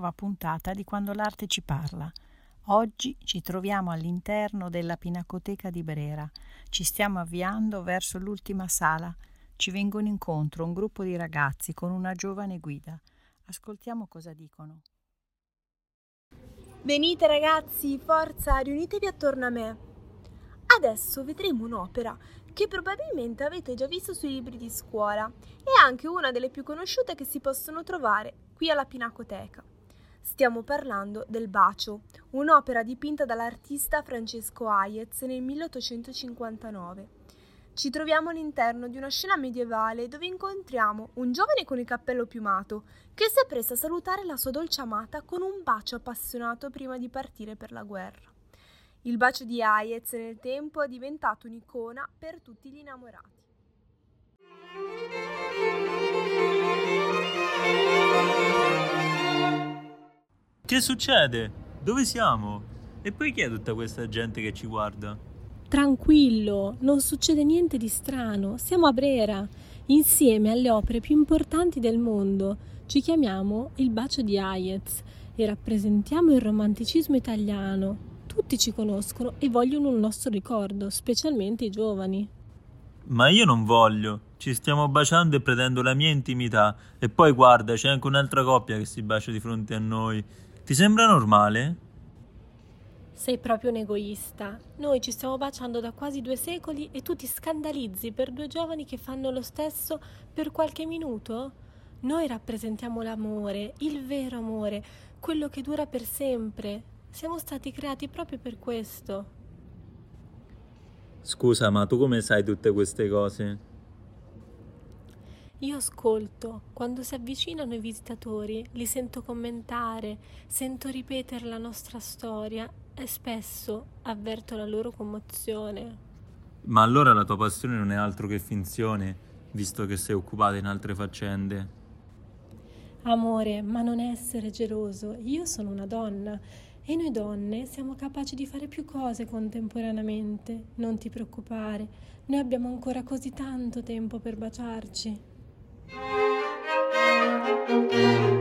nuova puntata di Quando l'arte ci parla. Oggi ci troviamo all'interno della Pinacoteca di Brera. Ci stiamo avviando verso l'ultima sala. Ci vengono incontro un gruppo di ragazzi con una giovane guida. Ascoltiamo cosa dicono. Venite ragazzi, forza, riunitevi attorno a me. Adesso vedremo un'opera che probabilmente avete già visto sui libri di scuola e anche una delle più conosciute che si possono trovare qui alla Pinacoteca. Stiamo parlando del Bacio, un'opera dipinta dall'artista Francesco Hayez nel 1859. Ci troviamo all'interno di una scena medievale dove incontriamo un giovane con il cappello piumato che si appresta a salutare la sua dolce amata con un bacio appassionato prima di partire per la guerra. Il bacio di Hayez nel tempo è diventato un'icona per tutti gli innamorati. Che succede? Dove siamo? E poi chi è tutta questa gente che ci guarda? Tranquillo, non succede niente di strano. Siamo a Brera, insieme alle opere più importanti del mondo. Ci chiamiamo Il Bacio di Hayez e rappresentiamo il romanticismo italiano. Tutti ci conoscono e vogliono un nostro ricordo, specialmente i giovani. Ma io non voglio. Ci stiamo baciando e pretendo la mia intimità. E poi guarda, c'è anche un'altra coppia che si bacia di fronte a noi. Ti sembra normale? Sei proprio un egoista. Noi ci stiamo baciando da quasi 2 secoli e tu ti scandalizzi per 2 giovani che fanno lo stesso per qualche minuto? Noi rappresentiamo l'amore, il vero amore, quello che dura per sempre. Siamo stati creati proprio per questo. Scusa, ma tu come sai tutte queste cose? Io ascolto, quando si avvicinano i visitatori, li sento commentare, sento ripetere la nostra storia e spesso avverto la loro commozione. Ma allora la tua passione non è altro che finzione, visto che sei occupata in altre faccende. Amore, ma non essere geloso, io sono una donna e noi donne siamo capaci di fare più cose contemporaneamente. Non ti preoccupare, noi abbiamo ancora così tanto tempo per baciarci.